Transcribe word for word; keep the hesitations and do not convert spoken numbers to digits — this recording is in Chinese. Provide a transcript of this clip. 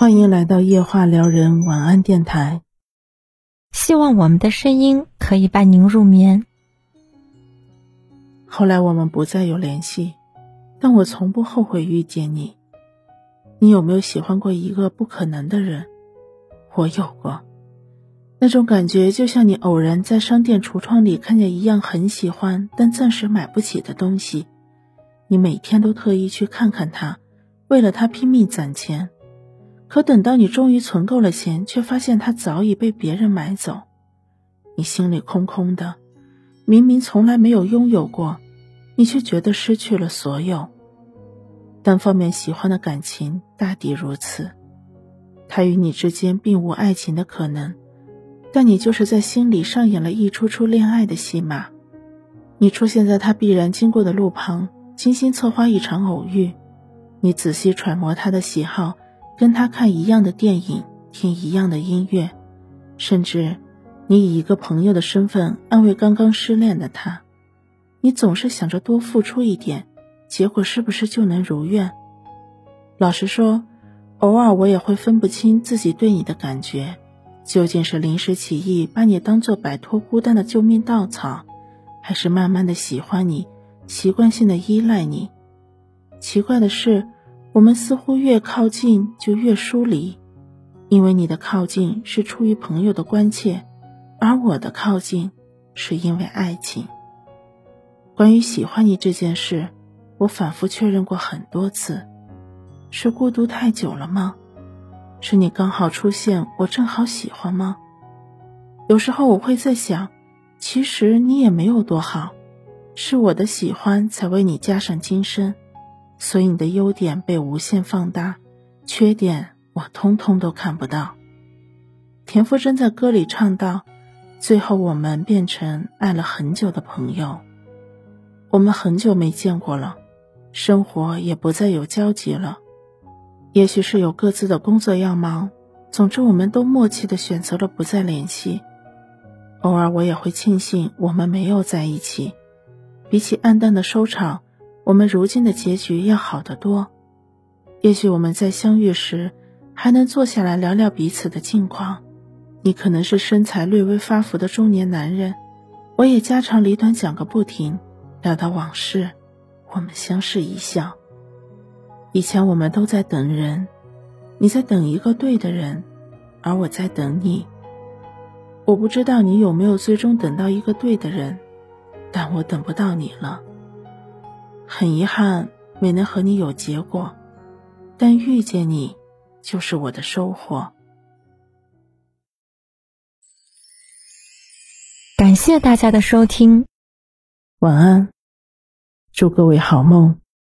欢迎来到夜话撩人晚安电台， 希望我们的声音可以伴您入眠。 后来我们不再有联系，但我从不后悔遇见你。你有没有喜欢过一个不可能的人？我有过，那种感觉就像你偶然在商店橱窗里看见一样很喜欢但暂时买不起的东西，你每天都特意去看看它，为了它拼命攒钱，可等到你终于存够了钱，却发现它早已被别人买走。你心里空空的，明明从来没有拥有过，你却觉得失去了所有。单方面喜欢的感情大抵如此，它与你之间并无爱情的可能，但你就是在心里上演了一出出恋爱的戏码。你出现在他必然经过的路旁，精心策划一场偶遇，你仔细揣摩他的喜好，跟他看一样的电影，听一样的音乐，甚至你以一个朋友的身份安慰刚刚失恋的他。你总是想着多付出一点，结果是不是就能如愿？老实说，偶尔我也会分不清自己对你的感觉，究竟是临时起意把你当作摆脱孤单的救命稻草，还是慢慢的喜欢你，习惯性的依赖你。奇怪的是，我们似乎越靠近就越疏离，因为你的靠近是出于朋友的关切，而我的靠近是因为爱情。关于喜欢你这件事，我反复确认过很多次。是孤独太久了吗？是你刚好出现，我正好喜欢吗？有时候我会在想，其实你也没有多好，是我的喜欢才为你加上今生，所以你的优点被无限放大，缺点我通通都看不到。田馥甄在歌里唱道，最后我们变成爱了很久的朋友。我们很久没见过了，生活也不再有交集了，也许是有各自的工作要忙，总之我们都默契地选择了不再联系。偶尔我也会庆幸我们没有在一起，比起暗淡的收场，我们如今的结局要好得多。也许我们在相遇时还能坐下来聊聊彼此的近况，你可能是身材略微发福的中年男人，我也家长里短讲个不停，聊到往事，我们相视一笑。以前我们都在等人，你在等一个对的人，而我在等你。我不知道你有没有最终等到一个对的人，但我等不到你了。很遗憾没能和你有结果，但遇见你就是我的收获。 感谢大家的收听， 晚安，祝各位好梦。